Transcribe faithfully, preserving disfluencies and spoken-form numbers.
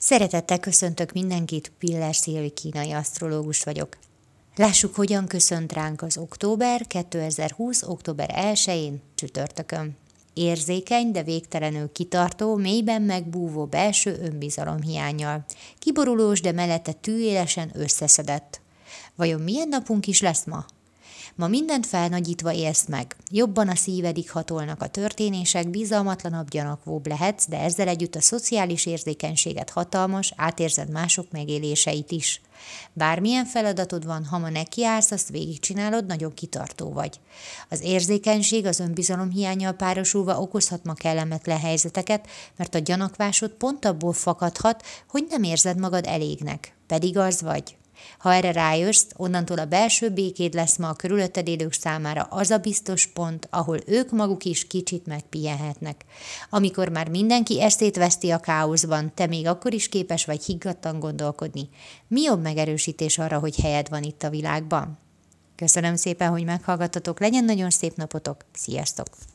Szeretettel köszöntök mindenkit, Piller Szilvi kínai asztrológus vagyok. Lássuk, hogyan köszönt ránk az október, kétezer-húsz. október elsején, csütörtökön. Érzékeny, de végtelenül kitartó, mélyben megbúvó belső önbizalom hiánnyal. Kiborulós, de mellette tűélesen összeszedett. Vajon milyen napunk is lesz ma? Ma mindent felnagyítva élsz meg. Jobban a szívedig hatolnak a történések, bizalmatlanabb, gyanakvóbb lehetsz, de ezzel együtt a szociális érzékenységet hatalmas, átérzed mások megéléseit is. Bármilyen feladatod van, ha ma nekiállsz, azt végigcsinálod, nagyon kitartó vagy. Az érzékenység az önbizalom hiánnyal párosulva okozhat ma kellemetlen helyzeteket, mert a gyanakvásod pont abból fakadhat, hogy nem érzed magad elégnek, pedig az vagy. Ha erre rájössz, onnantól a belső békéd lesz ma a körülötted élők számára az a biztos pont, ahol ők maguk is kicsit megpihenhetnek. Amikor már mindenki eszét veszti a káoszban, te még akkor is képes vagy higgadtan gondolkodni. Mi jobb megerősítés arra, hogy helyed van itt a világban? Köszönöm szépen, hogy meghallgattatok, legyen nagyon szép napotok, sziasztok!